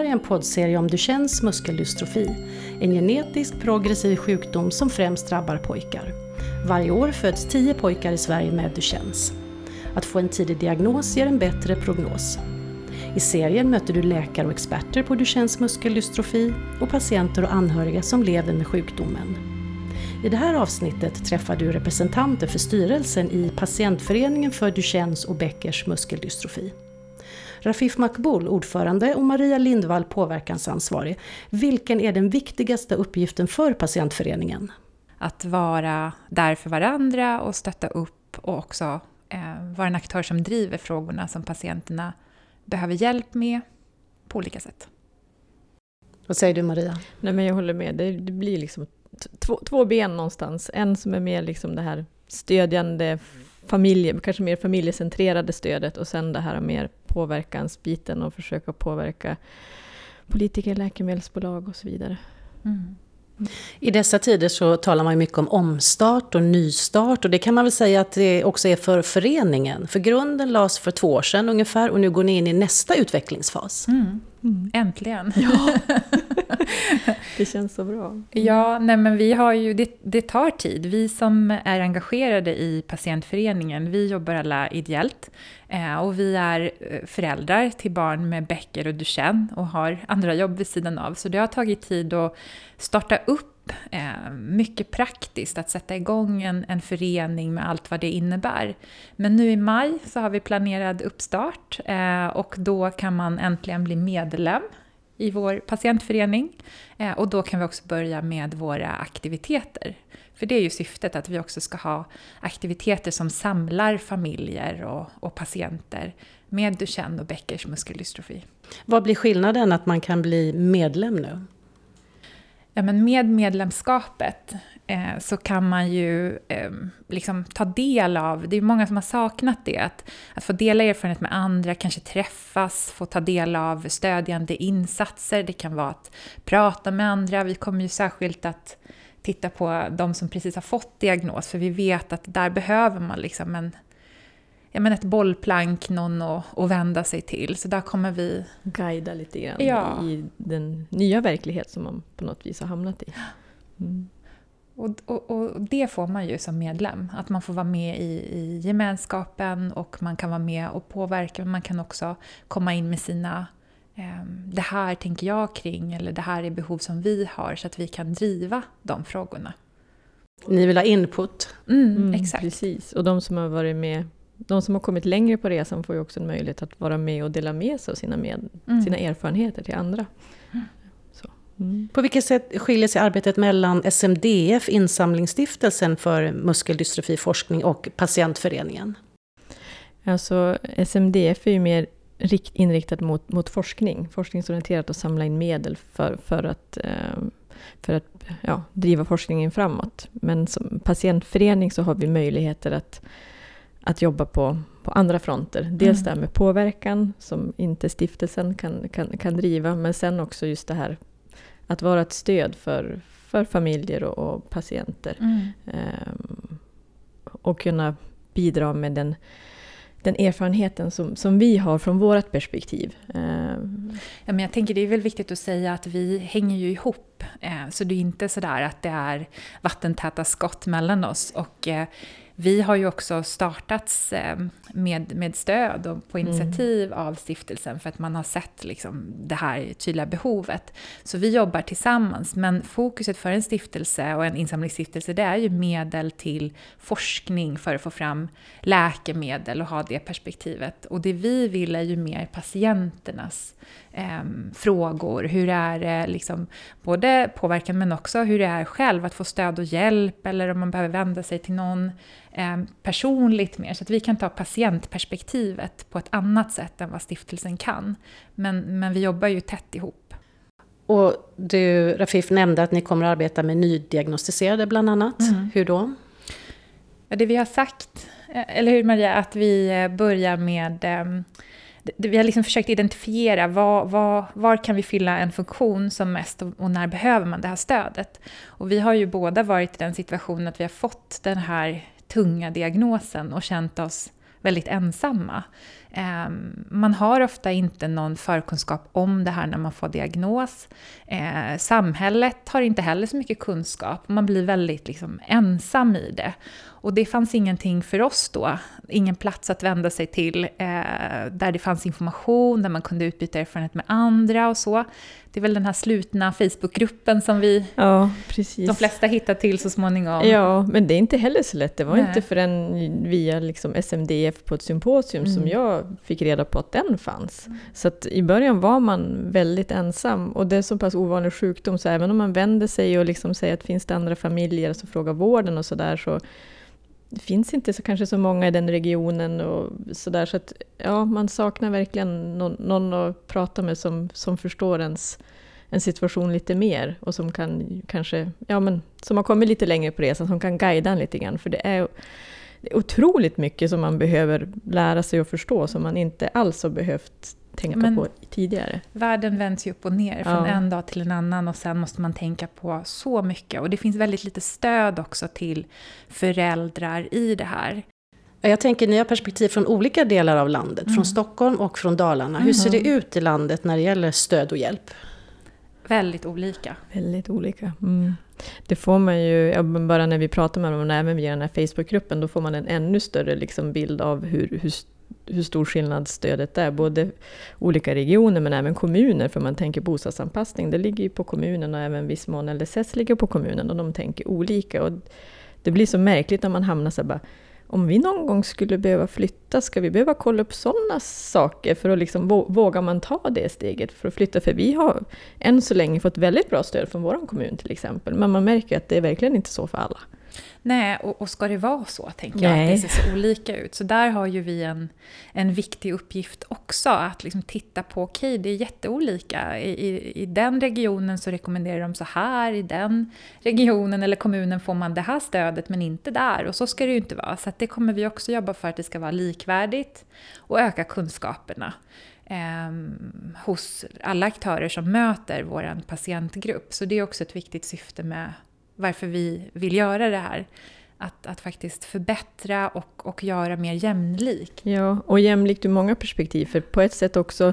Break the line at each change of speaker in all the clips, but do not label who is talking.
är en poddserie om Duchennes muskeldystrofi, en genetisk progressiv sjukdom som främst drabbar pojkar. Varje år föds 10 pojkar i Sverige med Duchennes. Att få en tidig diagnos ger en bättre prognos. I serien möter du läkare och experter på Duchennes muskeldystrofi och patienter och anhöriga som lever med sjukdomen. I det här avsnittet träffar du representanter för styrelsen i Patientföreningen för Duchennes och Beckers muskeldystrofi. Rafif Makboul, ordförande, och Maria Lindvall, påverkansansvarig. Vilken är den viktigaste uppgiften för Patientföreningen?
Att vara där för varandra och stötta upp och också vara en aktör som driver frågorna som patienterna behöver hjälp med på olika sätt.
Vad säger du, Maria?
Nej, men jag håller med. Det blir liksom två ben någonstans. En som är mer liksom det här stödjande kanske mer familjecentrerade stödet, och sen det här mer påverkansbiten och försöka påverka politiker, läkemedelsbolag och så vidare.
Mm.
I dessa tider så talar man ju mycket om omstart och nystart, och det kan man väl säga att det också är för föreningen. För grunden lades för 2 år sedan ungefär, och nu går ni in i nästa utvecklingsfas.
Äntligen.
Ja. Det känns så bra.
Ja, nej, men vi har ju, det tar tid. Vi som är engagerade i Patientföreningen, vi jobbar alla ideellt. Och vi är föräldrar till barn med Becker och Duchenne och har andra jobb vid sidan av. Så det har tagit tid att starta upp mycket praktiskt, att sätta igång en förening med allt vad det innebär. Men nu i maj så har vi planerad uppstart och då kan man äntligen bli medlem i vår patientförening. Och då kan vi också börja med våra aktiviteter. För det är ju syftet, att vi också ska ha aktiviteter som samlar familjer och patienter med Duchenne och Beckers muskeldystrofi.
Vad blir skillnaden att man kan bli medlem nu?
Ja, men med medlemskapet så kan man ju liksom ta del av, det är många som har saknat det, att få dela erfarenhet med andra, kanske träffas, få ta del av stödjande insatser. Det kan vara att prata med andra. Vi kommer ju särskilt att titta på de som precis har fått diagnos, för vi vet att där behöver man liksom ett bollplank, någon att vända sig till. Så där kommer vi
guida lite grann i den nya verklighet som man på något vis har hamnat i. Mm.
Och det får man ju som medlem, att man får vara med i gemenskapen och man kan vara med och påverka, men man kan också komma in med sina det här tänker jag kring, eller det här är behov som vi har, så att vi kan driva de frågorna.
Ni vill ha input?
Exakt.
Precis, och de som har varit med, de som har kommit längre på resan får ju också en möjlighet att vara med och dela med sig av sina erfarenheter till andra. Så.
På vilket sätt skiljer sig arbetet mellan SMDF, Insamlingsstiftelsen för muskeldystrofiforskning, och Patientföreningen?
Alltså SMDF är ju mer inriktat mot forskningsorienterat, och samla in medel för att driva forskningen framåt. Men som patientförening så har vi möjligheter att jobba på andra fronter. Dels där med påverkan som inte stiftelsen kan driva, men sen också just det här att vara ett stöd för familjer och patienter. Och kunna bidra med den erfarenheten som vi har från vårt perspektiv.
Ja, men jag tänker det är väl viktigt att säga att vi hänger ju ihop. Så det är inte sådär att det är vattentäta skott mellan oss. Och vi har ju också startats med stöd och på initiativ av stiftelsen, för att man har sett liksom det här tydliga behovet. Så vi jobbar tillsammans, men fokuset för en stiftelse och en insamlingsstiftelse, det är ju medel till forskning för att få fram läkemedel och ha det perspektivet. Och det vi vill är ju mer patienternas frågor. Hur är det liksom, både påverkan men också hur det är själv att få stöd och hjälp, eller om man behöver vända sig till någon personligt mer, så att vi kan ta patientperspektivet på ett annat sätt än vad stiftelsen kan. Men vi jobbar ju tätt ihop.
Och du, Rafif, nämnde att ni kommer att arbeta med nydiagnostiserade bland annat. Hur då?
Ja, det vi har sagt, eller hur Maria, att vi börjar med vi har liksom försökt identifiera var kan vi fylla en funktion som mest, och när behöver man det här stödet. Och vi har ju båda varit i den situationen att vi har fått den här tunga diagnosen och känt oss väldigt ensamma. Man har ofta inte någon förkunskap om det här när man får diagnos. Samhället har inte heller så mycket kunskap. Man blir väldigt liksom ensam i det. Och det fanns ingenting för oss då. Ingen plats att vända sig till där det fanns information, där man kunde utbyta erfarenhet med andra och så. Det är väl den här slutna Facebookgruppen som de flesta hittar till så småningom.
Ja, men det är inte heller så lätt. Det var inte förrän via liksom SMDF på ett symposium som jag fick reda på att den fanns. Så att i början var man väldigt ensam. Och det är så pass ovanlig sjukdom, så även om man vänder sig och liksom säger att finns det andra familjer så frågar vården och sådär, så det finns inte kanske så många i den regionen och sådär, så att man saknar verkligen någon att prata med som förstår en situation lite mer och som kan kanske, som har kommit lite längre på resan, som kan guida en lite grann, för det är otroligt mycket som man behöver lära sig och förstå som man inte alls har behövt tänka på tidigare.
Världen vänds ju upp och ner från en dag till en annan, och sen måste man tänka på så mycket. Och det finns väldigt lite stöd också till föräldrar i det här.
Jag tänker nya perspektiv från olika delar av landet, från Stockholm och från Dalarna. Hur ser det ut i landet när det gäller stöd och hjälp?
Väldigt olika.
Väldigt olika. Det får man ju, bara när vi pratar med dem, även via den här Facebookgruppen, då får man en ännu större liksom bild av hur stor skillnad stödet är. Både olika regioner men även kommuner, för man tänker bostadsanpassning. Det ligger ju på kommunen, och även viss mån LSS ligger på kommunen, och de tänker olika. Och det blir så märkligt när man hamnar så här, om vi någon gång skulle behöva flytta, ska vi behöva kolla upp sådana saker för att liksom våga man ta det steget för att flytta? För vi har än så länge fått väldigt bra stöd från vår kommun till exempel. Men man märker att det är verkligen inte så för alla.
Nej, och ska det vara så, tänker jag, att det ser så olika ut. Så där har ju vi en viktig uppgift också, att liksom titta på, det är jätteolika. I den regionen så rekommenderar de så här, i den regionen eller kommunen får man det här stödet men inte där. Och så ska det ju inte vara. Så att det kommer vi också jobba för, att det ska vara likvärdigt och öka kunskaperna hos alla aktörer som möter vår patientgrupp. Så det är också ett viktigt syfte med varför vi vill göra det här. Att faktiskt förbättra och göra mer jämlik.
Ja, och jämlikt ur många perspektiv. För på ett sätt också,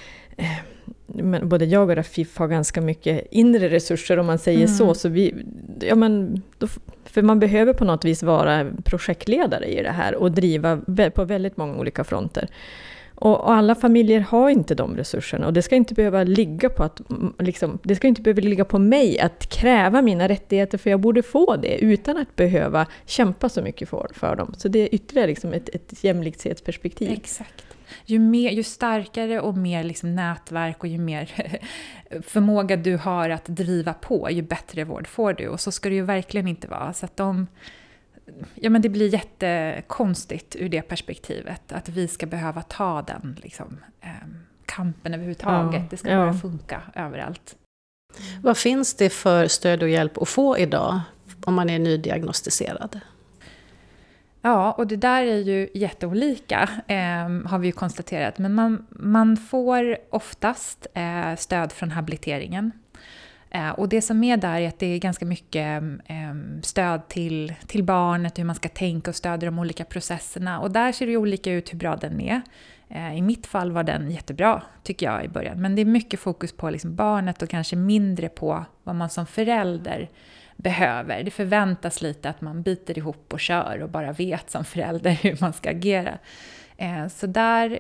både jag och Rafif har ganska mycket inre resurser, om man säger så. Så för man behöver på något vis vara projektledare i det här och driva på väldigt många olika fronter. Och alla familjer har inte de resurserna, och det ska inte behöva ligga på det ska inte behöva ligga på mig att kräva mina rättigheter, för jag borde få det utan att behöva kämpa så mycket för dem. Så det är ytterligare liksom ett jämlikhetsperspektiv.
Exakt. Ju starkare och mer liksom nätverk och ju mer förmåga du har att driva på, ju bättre vård får du. Och så ska det ju verkligen inte vara. Så att det blir jättekonstigt ur det perspektivet, att vi ska behöva ta den liksom, kampen överhuvudtaget. Det ska bara funka överallt.
Vad finns det för stöd och hjälp att få idag om man är nydiagnostiserad?
Ja, och det där är ju jätteolika, har vi ju konstaterat. Men man får oftast stöd från habiliteringen. Och det som är där är att det är ganska mycket stöd till barnet, hur man ska tänka och stödja de olika processerna. Och där ser det olika ut hur bra den är. I mitt fall var den jättebra, tycker jag, i början. Men det är mycket fokus på liksom barnet och kanske mindre på vad man som förälder behöver. Det förväntas lite att man biter ihop och kör och bara vet som förälder hur man ska agera. Så där...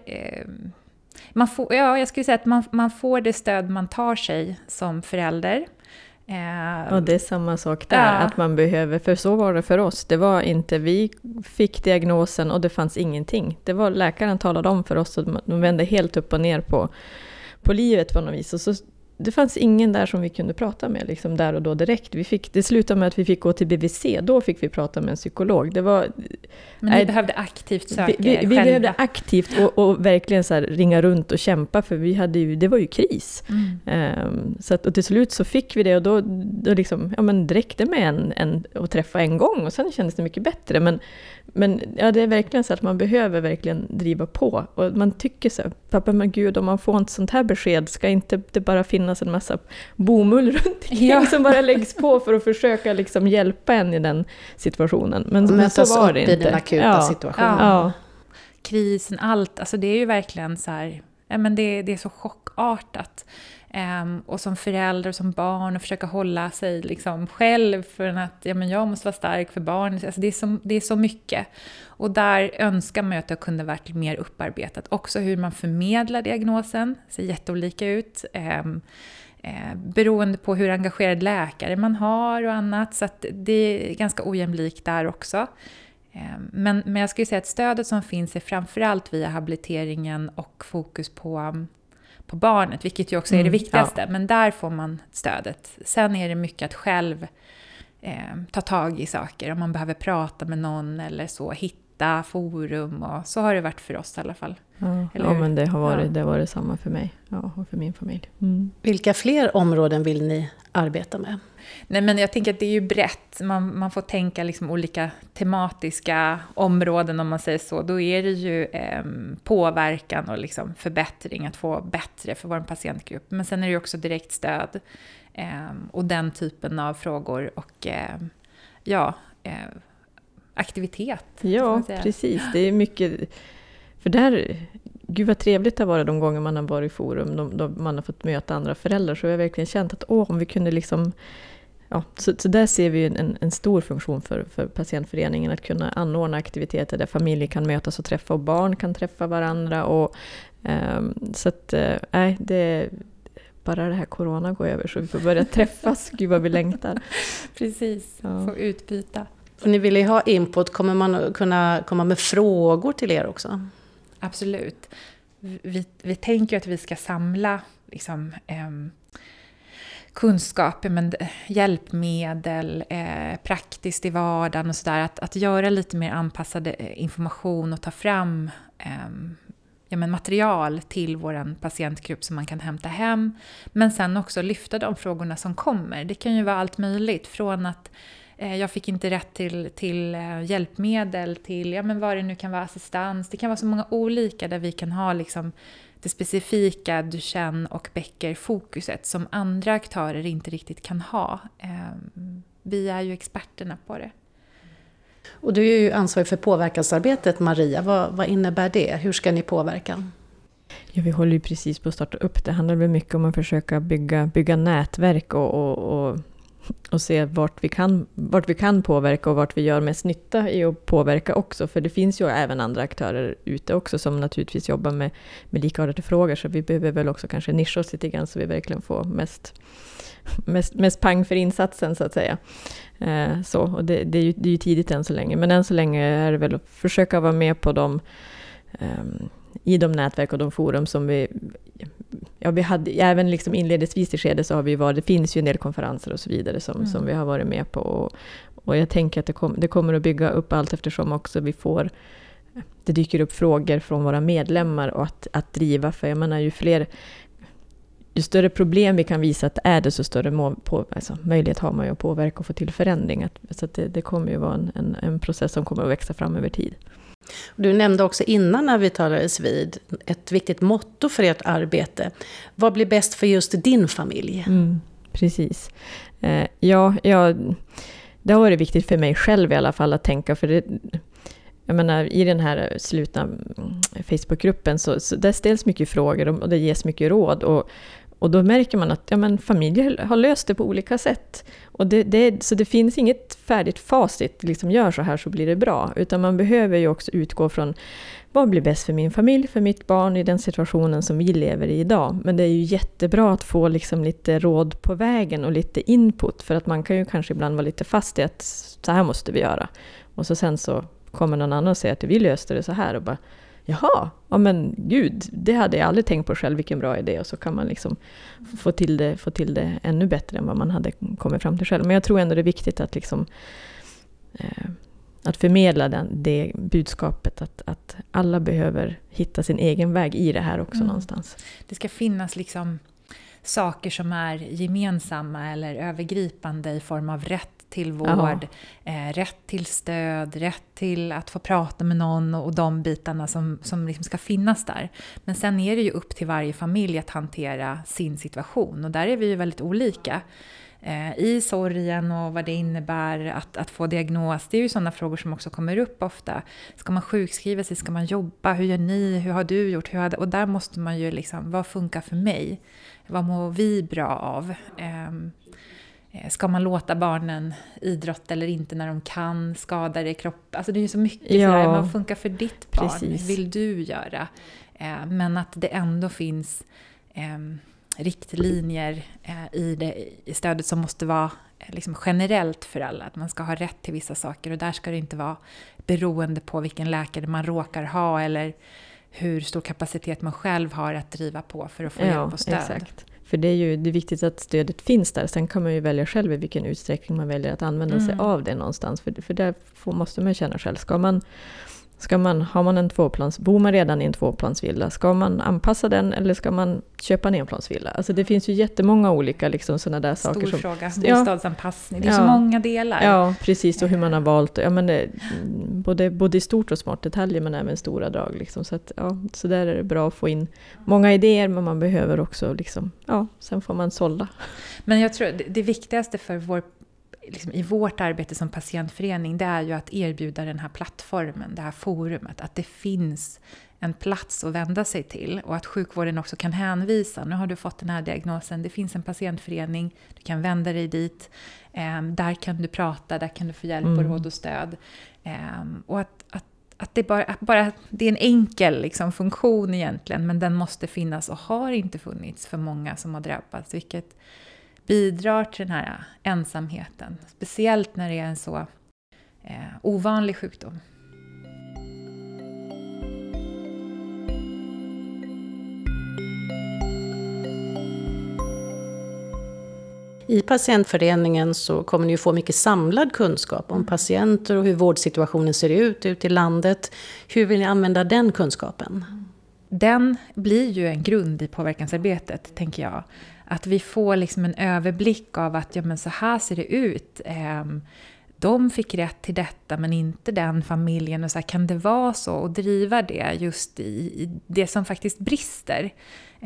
jag skulle säga att man får det stöd man tar sig som förälder.
Och det är samma sak där, att man behöver, för så var det för oss. Det var inte, vi fick diagnosen och det fanns ingenting. Det var läkaren talade om för oss, och de vände helt upp och ner på livet på något vis. Och så, det fanns ingen där som vi kunde prata med liksom där och då direkt. Det slutade med att vi fick gå till BVC. Då fick vi prata med en psykolog.
Men ni behövde aktivt söka
vi behövde aktivt och verkligen så här ringa runt och kämpa, för det var ju kris. Så att, och till slut så fick vi det, och då liksom, det räckte med en att träffa en gång, och sen kändes det mycket bättre. Men det är verkligen så att man behöver verkligen driva på. Och man tycker så, pappa, men gud, om man får ett sånt här besked, ska inte det bara finnas en massa bomull runt omkring som bara läggs på för att försöka liksom hjälpa en i den situationen. Men så var det inte.
I den akuta situationen.
Ja.
krisen, allt. Alltså det är ju verkligen så här, ja, men det är så chockartat. Och som förälder och som barn och försöka hålla sig liksom själv för att jag måste vara stark för barn. Alltså det är så mycket. Och där önskar man ju att det kunde varit mer upparbetat. Också hur man förmedlar diagnosen ser jätteolika ut. Beroende på hur engagerad läkare man har och annat. Så att det är ganska ojämlikt där också. Men jag skulle säga att stödet som finns är framförallt via habiliteringen och fokus på barnet, vilket ju också är det viktigaste. Ja. Men där får man stödet. Sen är det mycket att själv ta tag i saker. Om man behöver prata med någon eller så, hitta forum. Och så har det varit för oss i alla fall.
Ja, men det har varit samma för mig och för min familj.
Vilka fler områden vill ni arbeta med?
Nej, men jag tänker att det är ju brett. Man får tänka liksom olika tematiska områden om man säger så. Då är det ju påverkan och liksom förbättring, att få bättre för vår patientgrupp. Men sen är det ju också direkt stöd och den typen av frågor och aktivitet.
Ja, precis. Det är mycket. För där, gud vad trevligt det har varit de gånger man har varit i forum, då man har fått möta andra föräldrar, så jag har verkligen känt att om vi kunde liksom, så där ser vi en stor funktion för patientföreningen, att kunna anordna aktiviteter där familjer kan mötas och träffa och barn kan träffa varandra och så att det bara det här corona går över så vi får börja träffas, gud vad vi längtar.
Precis, få utbyta.
Och ni vill ju ha input, kommer man kunna komma med frågor till er också?
Absolut. Vi tänker att vi ska samla liksom, kunskaper, men hjälpmedel, praktiskt i vardagen och sådär. Att göra lite mer anpassad information och ta fram material till vår patientgrupp som man kan hämta hem. Men sen också lyfta de frågorna som kommer. Det kan ju vara allt möjligt. Från att jag fick inte rätt till hjälpmedel till vad det nu kan vara, assistans. Det kan vara så många olika där vi kan ha liksom det specifika Duchenne och Becker-fokuset som andra aktörer inte riktigt kan ha. Vi är ju experterna på det.
Och du är ju ansvarig för påverkansarbetet, Maria. Vad innebär det? Hur ska ni påverka?
Ja, vi håller ju precis på att starta upp. Det handlar väl mycket om att försöka bygga nätverk och se vart vi kan påverka och vart vi gör mest nytta i att påverka också. För det finns ju även andra aktörer ute också som naturligtvis jobbar med likartade frågor. Så vi behöver väl också kanske nischa oss lite grann så vi verkligen får mest pang för insatsen så att säga. Och det är ju tidigt än så länge. Men än så länge är det väl att försöka vara med på dem i de nätverk och de forum som vi hade, även liksom inledningsvis i skedet så har vi varit, det finns ju en del konferenser och så vidare som vi har varit med på och jag tänker att det kommer att bygga upp allt eftersom också det dyker upp frågor från våra medlemmar och att driva, för jag menar ju större problem vi kan visa att det är det, så större möjlighet har man ju att påverka och få till förändring. Så att det kommer ju vara en process som kommer att växa fram över tid.
Du nämnde också innan när vi talades vid ett viktigt motto för ert arbete. Vad blir bäst för just din familj?
Precis. Det har varit viktigt för mig själv i alla fall att tänka, för det, jag menar, i den här slutna Facebookgruppen så där ställs mycket frågor och det ges mycket råd och då märker man att familjer har löst det på olika sätt. Och så det finns inget färdigt facit, liksom gör så här så blir det bra. Utan man behöver ju också utgå från vad blir bäst för min familj, för mitt barn i den situationen som vi lever i idag. Men det är ju jättebra att få liksom lite råd på vägen och lite input. För att man kan ju kanske ibland vara lite fast i att så här måste vi göra. Och så sen så kommer någon annan och säger att vi löste det så här och bara jaha, men gud, det hade jag aldrig tänkt på själv, vilken bra idé. Och så kan man liksom få till det ännu bättre än vad man hade kommit fram till själv. Men jag tror ändå det är viktigt att liksom att förmedla det budskapet att alla behöver hitta sin egen väg i det här också någonstans.
Det ska finnas liksom saker som är gemensamma eller övergripande i form av rätt till vård, rätt till stöd, rätt till att få prata med någon och de bitarna som liksom ska finnas där. Men sen är det ju upp till varje familj att hantera sin situation och där är vi ju väldigt olika. i sorgen och vad det innebär att få diagnos. Det är ju sådana frågor som också kommer upp ofta. Ska man sjukskriva sig? Ska man jobba? Hur gör ni? Hur har du gjort? Och där måste man ju liksom, vad funkar för mig? Vad mår vi bra av? Ska man låta barnen idrotta eller inte när de kan? Skadar i kroppen? Alltså det är ju så mycket sådär. Vad funkar för ditt barn?
Precis.
Vill du göra? Men att det ändå finns riktlinjer i stödet som måste vara liksom generellt för alla. Att man ska ha rätt till vissa saker, och där ska det inte vara beroende på vilken läkare man råkar ha eller hur stor kapacitet man själv har att driva på för att få hjälp och stöd.
Exakt. För det är viktigt att stödet finns där. Sen kan man ju välja själv i vilken utsträckning man väljer att använda sig av det någonstans. För där måste man känna själv. Har man en bor man redan i en tvåplansvilla? Ska man anpassa den eller ska man köpa en enplansvilla? Alltså det finns ju jättemånga olika liksom sådana där saker.
Stor fråga, bostadsanpassning. Det är så många delar.
Ja, precis. Och hur man har valt. Ja, men både i stort och smart detaljer, men även stora drag. Liksom. Så där är det bra att få in många idéer, men man behöver också liksom, sen får man sålla. Men
jag tror det viktigaste för i vårt arbete som patientförening, det är ju att erbjuda den här plattformen, det här forumet, att det finns en plats att vända sig till och att sjukvården också kan hänvisa. Nu har du fått den här diagnosen, det finns en patientförening, du kan vända dig dit, där kan du prata, där kan du få hjälp och råd och stöd. Och att det det är en enkel liksom funktion egentligen, men den måste finnas och har inte funnits för många som har drabbats, vilket bidrar till den här ensamheten. Speciellt när det är en så ovanlig sjukdom.
I patientföreningen så kommer ni ju få mycket samlad kunskap om patienter och hur vårdsituationen ser ut i landet. Hur vill ni använda den kunskapen?
Den blir ju en grund i påverkansarbetet, tänker jag. Att vi får liksom en överblick av att men så här ser det ut. De fick rätt till detta men inte den familjen. Och så här, kan det vara så? Och driva det just i det som faktiskt brister.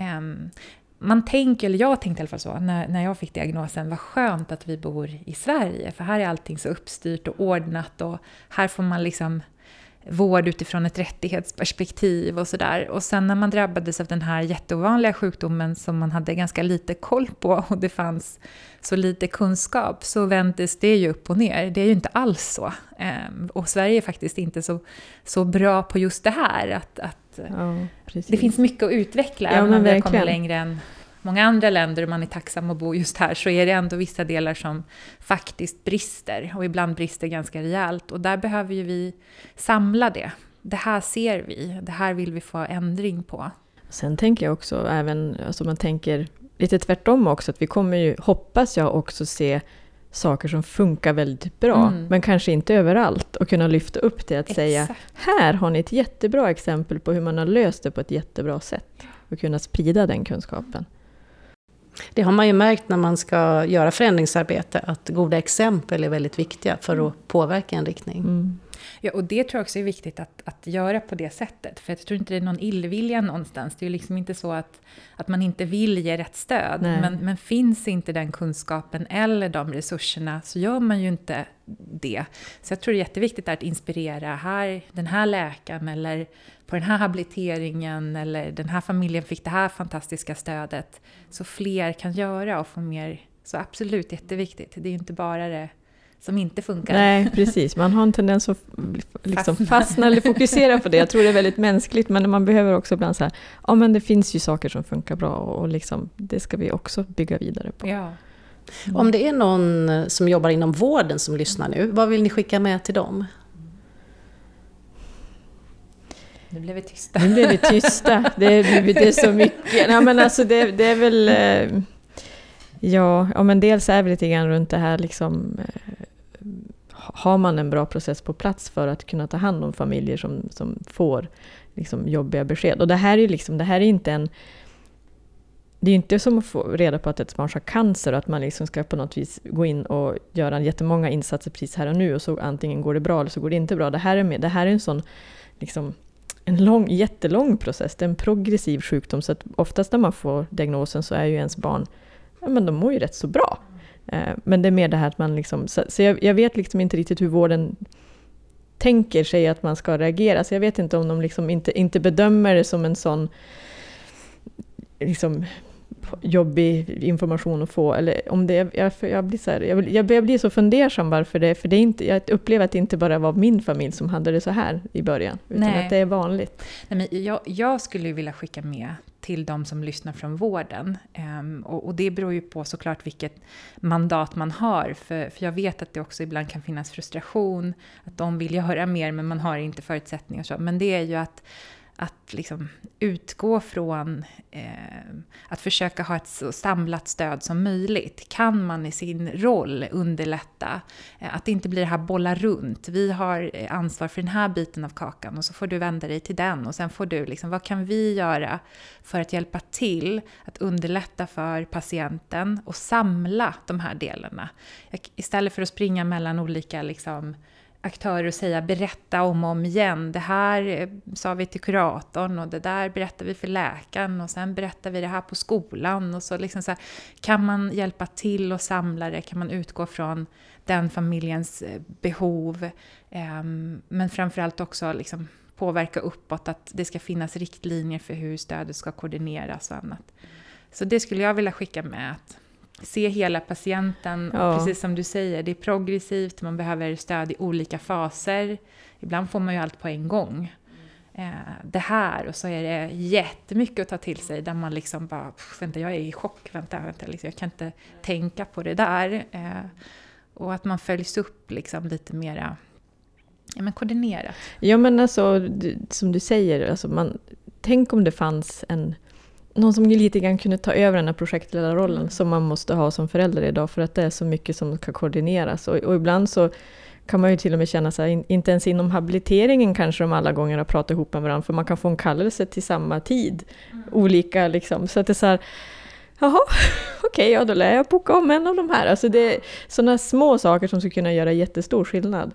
Jag tänkte i alla fall så när jag fick diagnosen, vad skönt att vi bor i Sverige. För här är allting så uppstyrt och ordnat. Och här får man liksom vård utifrån ett rättighetsperspektiv och sådär. Och sen när man drabbades av den här jätteovanliga sjukdomen som man hade ganska lite koll på och det fanns så lite kunskap, så vändes det ju upp och ner. Det är ju inte alls så. Och Sverige är faktiskt inte så bra på just det här. Det finns mycket att utveckla, även om det kommer längre än många andra länder och man är tacksam att bo just här, så är det ändå vissa delar som faktiskt brister, och ibland brister ganska rejält, och där behöver ju vi samla det. Det här ser vi, det här vill vi få ändring på.
Sen tänker jag också, även alltså man tänker lite tvärtom också, att vi kommer ju, hoppas jag också, se saker som funkar väldigt bra, men kanske inte överallt, och kunna lyfta upp det, att säga, här har ni ett jättebra exempel på hur man har löst det på ett jättebra sätt, och kunna sprida den kunskapen.
Det har man ju märkt när man ska göra förändringsarbete, att goda exempel är väldigt viktiga för att påverka en riktning.
Ja, och det tror jag också är viktigt att göra på det sättet. För jag tror inte det är någon illvilja någonstans. Det är ju liksom inte så att man inte vill ge rätt stöd. Men finns inte den kunskapen eller de resurserna, så gör man ju inte det. Så jag tror det är jätteviktigt att inspirera den här läkaren, eller på den här habiliteringen, eller den här familjen fick det här fantastiska stödet. Så fler kan göra och få mer. Så absolut jätteviktigt. Det är ju inte bara det som inte funkar.
Nej, precis. Man har en tendens att liksom fastna eller fokusera på det. Jag tror det är väldigt mänskligt, men man behöver också ibland säga, men det finns ju saker som funkar bra, och liksom, det ska vi också bygga vidare på.
Ja.
Om det är någon som jobbar inom vården som lyssnar nu, vad vill ni skicka med till dem?
Nu blev vi tysta.
Det är så mycket. Ja, men alltså det är väl... men dels är vi lite grann runt det här liksom, har man en bra process på plats för att kunna ta hand om familjer som får liksom jobbiga besked. Och det här är inte det är inte som att få reda på att ett barn har cancer, och att man liksom ska på något vis gå in och göra jättemånga insatser precis här och nu, och så antingen går det bra eller så går det inte bra. Det här är en sån liksom en jättelång process. Det är en progressiv sjukdom, så att oftast när man får diagnosen så är ju ens barn, men de mår ju rätt så bra. Men det är mer det här att man liksom... Så jag vet liksom inte riktigt hur vården tänker sig att man ska reagera. Så jag vet inte om de liksom inte bedömer det som en sån liksom jobbig information att få, eller om det jag blir så här, jag blir så fundersam varför det, för det är inte, jag upplever att det inte bara var min familj som hade det så här i början, utan att det är vanligt.
Nej, men jag skulle vilja skicka med till de som lyssnar från vården, och det beror ju på såklart vilket mandat man har, för jag vet att det också ibland kan finnas frustration, att de vill göra mer men man har inte förutsättningar, så. Men det är ju att liksom utgå från att försöka ha ett så samlat stöd som möjligt. Kan man i sin roll underlätta att det inte blir det här bolla runt. Vi har ansvar för den här biten av kakan och så får du vända dig till den och sen får du liksom, vad kan vi göra för att hjälpa till att underlätta för patienten och samla de här delarna. Istället för att springa mellan olika liksom aktörer och säga, berätta om igen. Det här sa vi till kuratorn och det där berättar vi för läkaren och sen berättar vi det här på skolan. Och så liksom så här, kan man hjälpa till och samla det? Kan man utgå från den familjens behov? Men framförallt också liksom påverka uppåt, att det ska finnas riktlinjer för hur stödet ska koordineras och annat. Så det skulle jag vilja skicka med, att se hela patienten, och precis som du säger, det är progressivt, man behöver stöd i olika faser. Ibland får man ju allt på en gång. Det här, och så är det jättemycket att ta till sig där man liksom bara, vänta, jag är i chock, vänta liksom, jag kan inte tänka på det där. Och att man följs upp liksom lite mera koordinerat.
Ja, men alltså, som du säger, alltså tänk om det fanns någon som lite grann kunde ta över den här projektledarrollen som man måste ha som förälder idag, för att det är så mycket som ska koordineras. Och ibland så kan man ju till och med känna sig, inte ens inom habiliteringen kanske de alla gånger har pratat ihop med varandra, för man kan få en kallelse till samma tid. Olika liksom, så att det är så här, jaha, okej, ja, då lär jag boka om en av de här. Alltså det är sådana små saker som skulle kunna göra jättestor skillnad.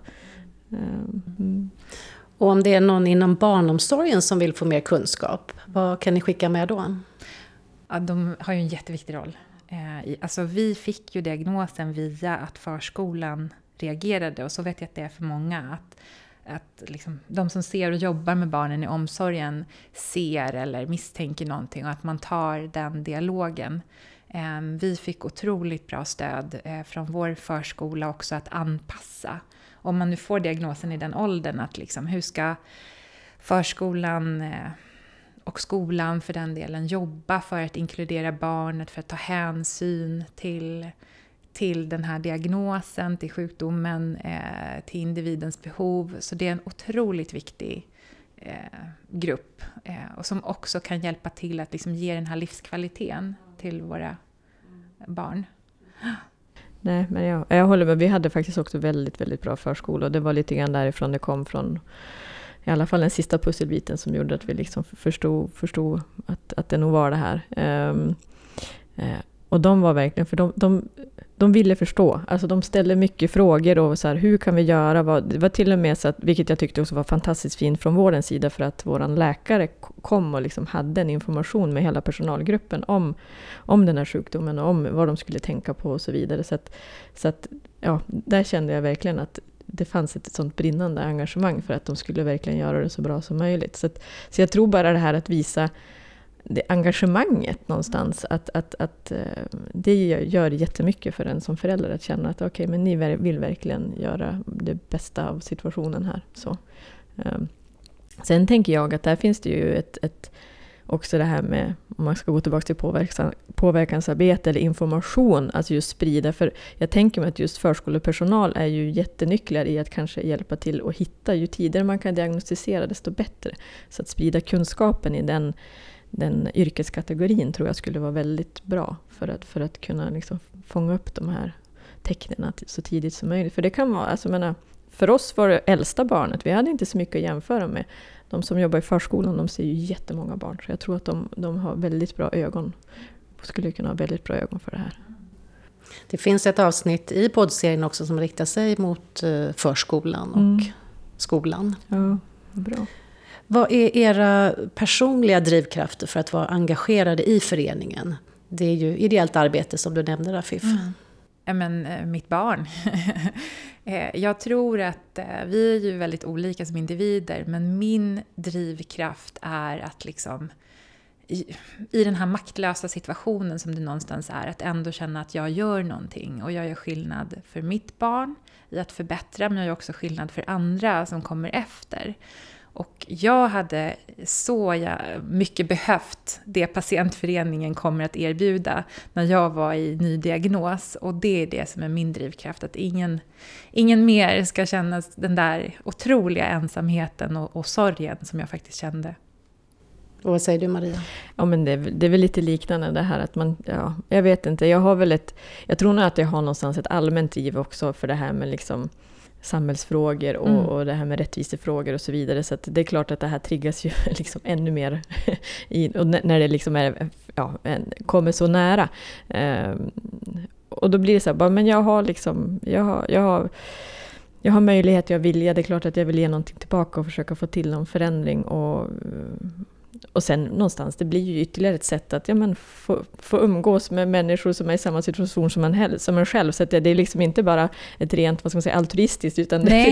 Och om det är någon inom barnomsorgen som vill få mer kunskap, vad kan ni skicka med då?
Ja, de har ju en jätteviktig roll. Alltså vi fick ju diagnosen via att förskolan reagerade, och så vet jag att det är för många, att liksom, de som ser och jobbar med barnen i omsorgen ser eller misstänker någonting, och att man tar den dialogen. Vi fick otroligt bra stöd från vår förskola också, att anpassa. Om man nu får diagnosen i den åldern, att liksom, hur ska förskolan och skolan för den delen jobba för att inkludera barnet, för att ta hänsyn till den här diagnosen, till sjukdomen, till individens behov. Så det är en otroligt viktig grupp, och som också kan hjälpa till att liksom ge den här livskvaliteten till våra barn.
Nej, men jag håller med. Vi hade faktiskt också väldigt, väldigt bra förskola, och det var lite grann därifrån det kom från, i alla fall den sista pusselbiten som gjorde att vi liksom förstod att det nog var det här. Och de var verkligen, för de ville förstå. Alltså de ställde mycket frågor och så här, hur kan vi göra? Det var till och med så att, vilket jag tyckte också var fantastiskt fint från vårdens sida, för att våran läkare kom och liksom hade en information med hela personalgruppen om den här sjukdomen och om vad de skulle tänka på och så vidare. Så att ja, där kände jag verkligen att det fanns ett sånt brinnande engagemang för att de skulle verkligen göra det så bra som möjligt. Så jag tror bara det här att visa det engagemanget någonstans, att det gör jättemycket för en som förälder att känna att okej, men ni vill verkligen göra det bästa av situationen här. Så. Sen tänker jag att där finns det ju också det här med, om man ska gå tillbaka till påverkansarbete eller information, alltså just sprida, för jag tänker mig att just förskolepersonal är ju jättenycklar i att kanske hjälpa till att hitta, ju tidigare man kan diagnostisera desto bättre, så att sprida kunskapen i den yrkeskategorin tror jag skulle vara väldigt bra för att kunna liksom fånga upp de här tecknen så tidigt som möjligt. För det kan vara, alltså för oss var det äldsta barnet, vi hade inte så mycket att jämföra med. De som jobbar i förskolan, de ser ju jättemånga barn, så jag tror att de har väldigt bra ögon, skulle kunna ha väldigt bra ögon för det här.
Det finns ett avsnitt i poddserien också som riktar sig mot förskolan och skolan.
Ja, bra.
Vad är era personliga drivkrafter för att vara engagerade i föreningen? Det är ju ideellt arbete som du nämnde, Rafif.
mitt barn. Jag tror att vi är ju väldigt olika som individer, men min drivkraft är att liksom i den här maktlösa situationen som det någonstans är, att ändå känna att jag gör någonting och jag gör skillnad för mitt barn i att förbättra, men jag gör också skillnad för andra som kommer efter. Och jag hade så mycket behövt det patientföreningen kommer att erbjuda när jag var i ny diagnos. Och det är det som är min drivkraft, att ingen mer ska känna den där otroliga ensamheten och sorgen som jag faktiskt kände.
Och vad säger du, Maria?
Ja, men det är väl lite liknande det här att man, ja, jag vet inte, jag tror nog att jag har någonstans ett allmänt driv också för det här med liksom samhällsfrågor och det här med rättvisefrågor och så vidare, så att det är klart att det här triggas ju liksom ännu mer och när det liksom är, kommer så nära. Och då blir det så här, bara, men jag har möjlighet, jag vilja, det är klart att jag vill ge någonting tillbaka och försöka få till någon förändring och sen någonstans, det blir ju ytterligare ett sätt att få umgås med människor som är i samma situation som en själv. Så att det är liksom inte bara ett rent, vad ska man säga, altruistiskt, utan det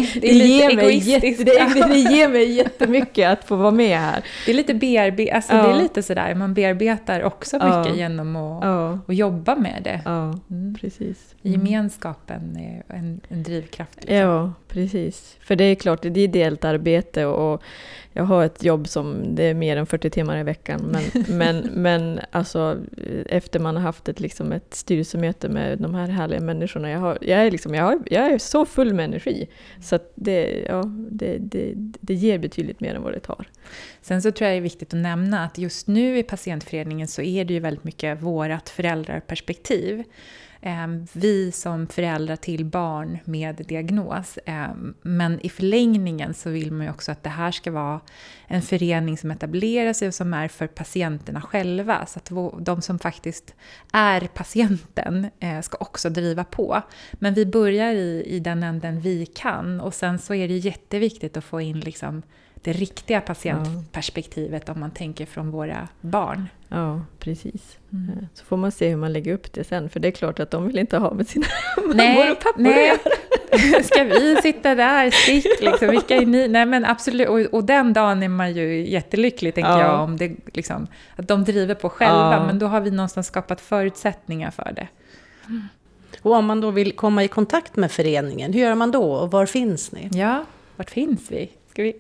ger mig jättemycket att få vara med här.
Det är lite det är lite sådär, man bearbetar också mycket genom att jobba med det.
Ja, precis.
Gemenskapen är en drivkraft. Liksom.
Ja, precis. För det är klart, det är ideellt arbete och jag har ett jobb som det är mer än 40 timmar i veckan. Men alltså, efter man har haft ett styrelsemöte med de här härliga människorna. Jag är så full med energi. Så att det ger betydligt mer än vad det tar.
Sen så tror jag det är viktigt att nämna att just nu i patientföreningen så är det ju väldigt mycket vårat föräldraperspektiv. Vi som föräldrar till barn med diagnos. Men i förlängningen så vill man ju också att det här ska vara en förening som etablerar sig och som är för patienterna själva. Så att de som faktiskt är patienten ska också driva på. Men vi börjar i den änden vi kan. Och sen så är det jätteviktigt att få in liksom det riktiga patientperspektivet om man tänker från våra barn.
Ja, precis. Så får man se hur man lägger upp det sen. För det är klart att de vill inte ha med sina mammor och pappor att göra.
Ska vi sitta där, stick liksom, vilka är ni? Nej men absolut, och den dagen är man ju jättelycklig tänker jag, om det liksom, att de driver på själva, men då har vi någonstans skapat förutsättningar för det.
Och om man då vill komma i kontakt med föreningen, hur gör man då och var finns ni?
Ja, vart finns vi?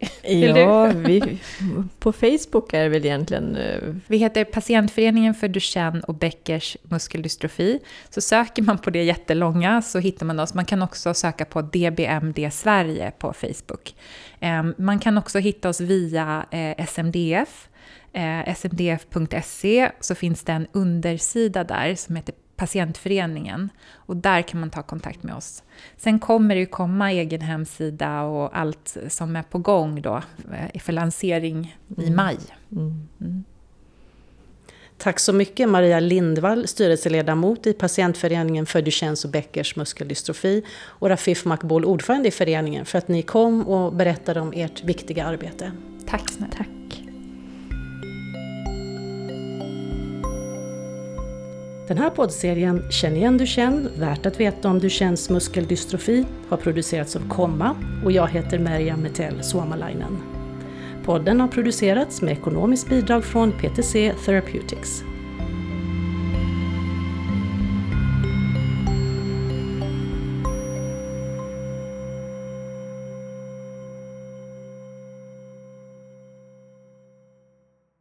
På Facebook är det väl egentligen...
Vi heter Patientföreningen för Duchenne och Beckers muskeldystrofi. Så söker man på det jättelånga så hittar man oss. Man kan också söka på DBMD Sverige på Facebook. Man kan också hitta oss via SMDF. smdf.se, så finns det en undersida där som heter Patientföreningen, och där kan man ta kontakt med oss. Sen kommer det ju komma egen hemsida och allt som är på gång då för lansering i maj.
Tack så mycket Maria Lindvall, styrelseledamot i Patientföreningen för Duchenne och Beckers muskeldystrofi, och Rafif Makboul, ordförande i föreningen, för att ni kom och berättade om ert viktiga arbete.
Tack snälla.
Tack.
Den här poddserien Känn igen Duchenne, värt att veta om Duchennes muskeldystrofi, har producerats av Komma och jag heter Merja Metell Suomalainen. Podden har producerats med ekonomiskt bidrag från PTC Therapeutics.